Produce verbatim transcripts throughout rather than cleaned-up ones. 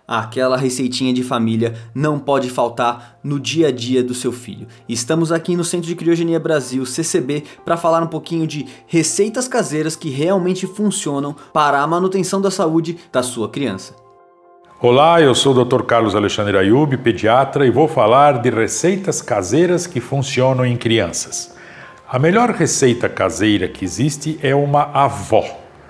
Aquela receitinha de família não pode faltar no dia a dia do seu filho. Estamos aqui no Centro de Criogenia Brasil, C C B, para falar um pouquinho de receitas caseiras que realmente funcionam para a manutenção da saúde da sua criança. Olá, eu sou o doutor Carlos Alexandre Ayub, pediatra, e vou falar de receitas caseiras que funcionam em crianças. A melhor receita caseira que existe é uma avó.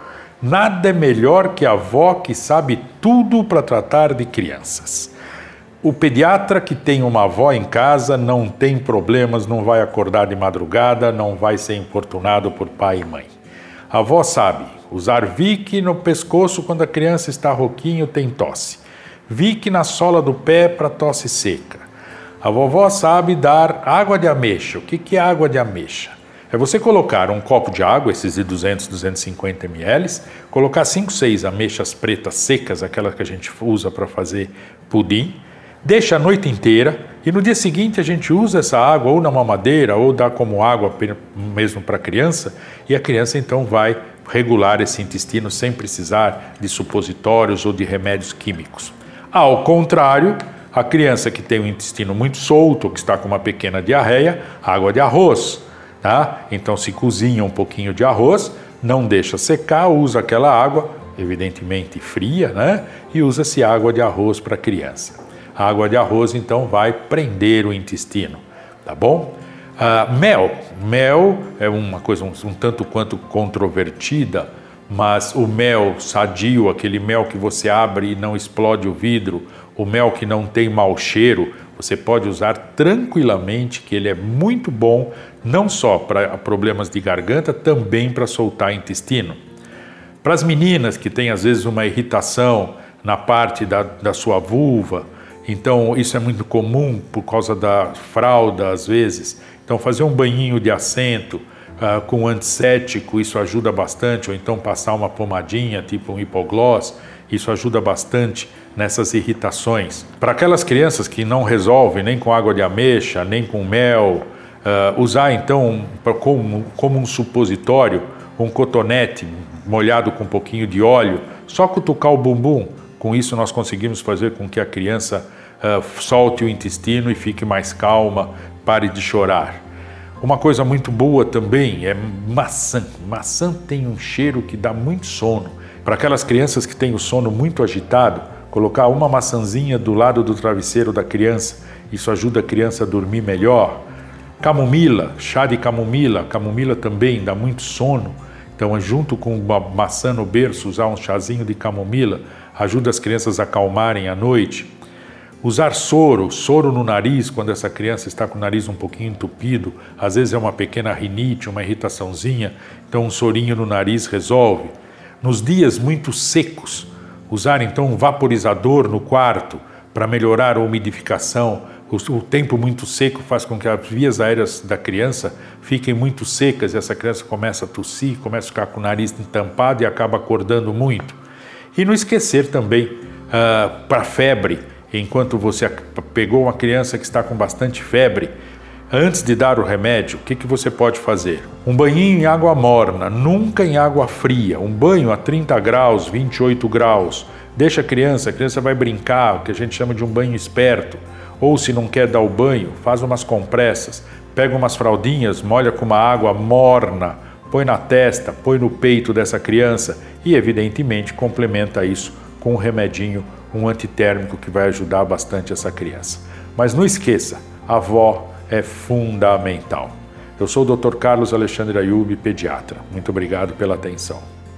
Nada é melhor que a avó que sabe tudo para tratar de crianças. O pediatra que tem uma avó em casa não tem problemas, não vai acordar de madrugada, não vai ser importunado por pai e mãe. A avó sabe usar Vick no pescoço quando a criança está rouquinho, tem tosse. Vick na sola do pé para tosse seca. A vovó sabe dar água de ameixa. O que que é água de ameixa? É você colocar um copo de água, esses de duzentos, duzentos e cinquenta mililitros, colocar cinco, seis ameixas pretas secas, aquelas que a gente usa para fazer pudim, deixa a noite inteira e no dia seguinte a gente usa essa água ou na mamadeira ou dá como água mesmo para a criança e a criança então vai regular esse intestino sem precisar de supositórios ou de remédios químicos. Ao contrário, a criança que tem o intestino muito solto, que está com uma pequena diarreia, água de arroz, tá? Então se cozinha um pouquinho de arroz, não deixa secar, usa aquela água, evidentemente fria, né? E usa-se água de arroz para a criança. A água de arroz então vai prender o intestino, tá bom? Ah, mel, mel é uma coisa um, um tanto quanto controvertida, mas o mel sadio, aquele mel que você abre e não explode o vidro, o mel que não tem mau cheiro, você pode usar tranquilamente, que ele é muito bom, não só para problemas de garganta, também para soltar intestino. Para as meninas que têm às vezes uma irritação na parte da, da sua vulva, então isso é muito comum por causa da fralda às vezes, então fazer um banhinho de assento, Uh, com antisséptico, isso ajuda bastante, ou então passar uma pomadinha, tipo um hipogloss, isso ajuda bastante nessas irritações. Para aquelas crianças que não resolvem nem com água de ameixa, nem com mel, uh, usar então como, como um supositório, um cotonete molhado com um pouquinho de óleo, só cutucar o bumbum, com isso nós conseguimos fazer com que a criança uh, solte o intestino e fique mais calma, pare de chorar. Uma coisa muito boa também é maçã. Maçã tem um cheiro que dá muito sono. Para aquelas crianças que têm o sono muito agitado, colocar uma maçãzinha do lado do travesseiro da criança, isso ajuda a criança a dormir melhor. Camomila, chá de camomila, camomila também dá muito sono. Então, junto com uma maçã no berço, usar um chazinho de camomila ajuda as crianças a acalmarem à noite. Usar soro, soro no nariz, quando essa criança está com o nariz um pouquinho entupido, às vezes é uma pequena rinite, uma irritaçãozinha, então um sorinho no nariz resolve. Nos dias muito secos, usar então um vaporizador no quarto para melhorar a umidificação. O, o tempo muito seco faz com que as vias aéreas da criança fiquem muito secas e essa criança começa a tossir, começa a ficar com o nariz entampado e acaba acordando muito. E não esquecer também, uh, para febre, enquanto você pegou uma criança que está com bastante febre, antes de dar o remédio, o que, que você pode fazer? Um banhinho em água morna, nunca em água fria. Um banho a trinta graus, vinte e oito graus. Deixa a criança, a criança vai brincar, o que a gente chama de um banho esperto. Ou se não quer dar o banho, faz umas compressas, pega umas fraldinhas, molha com uma água morna, põe na testa, põe no peito dessa criança e, evidentemente, complementa isso com um remedinho, um antitérmico que vai ajudar bastante essa criança. Mas não esqueça, a avó é fundamental. Eu sou o doutor Carlos Alexandre Ayub, pediatra. Muito obrigado pela atenção.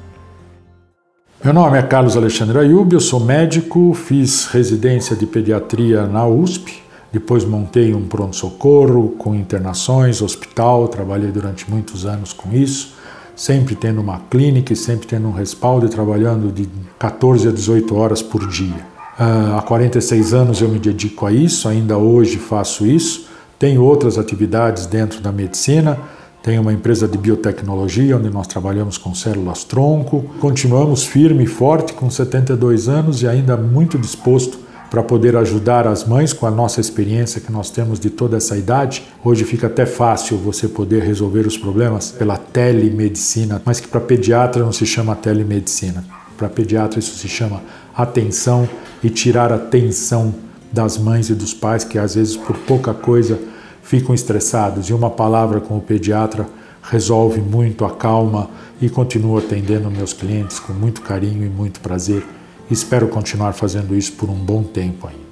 Meu nome é Carlos Alexandre Ayub, eu sou médico, fiz residência de pediatria na U S P, depois montei um pronto-socorro com internações, hospital, trabalhei durante muitos anos com isso, sempre tendo uma clínica e sempre tendo um respaldo e trabalhando de quatorze a dezoito horas por dia. Uh, há quarenta e seis anos eu me dedico a isso, ainda hoje faço isso. Tenho outras atividades dentro da medicina, tenho uma empresa de biotecnologia onde nós trabalhamos com células-tronco. Continuamos firme e forte com setenta e dois anos e ainda muito disposto para poder ajudar as mães com a nossa experiência que nós temos de toda essa idade. Hoje fica até fácil você poder resolver os problemas pela telemedicina, mas que para pediatra não se chama telemedicina. Para pediatra isso se chama atenção e tirar a tensão das mães e dos pais que às vezes por pouca coisa ficam estressados, e uma palavra com o pediatra resolve muito, acalma, e continuo atendendo meus clientes com muito carinho e muito prazer. Espero continuar fazendo isso por um bom tempo ainda.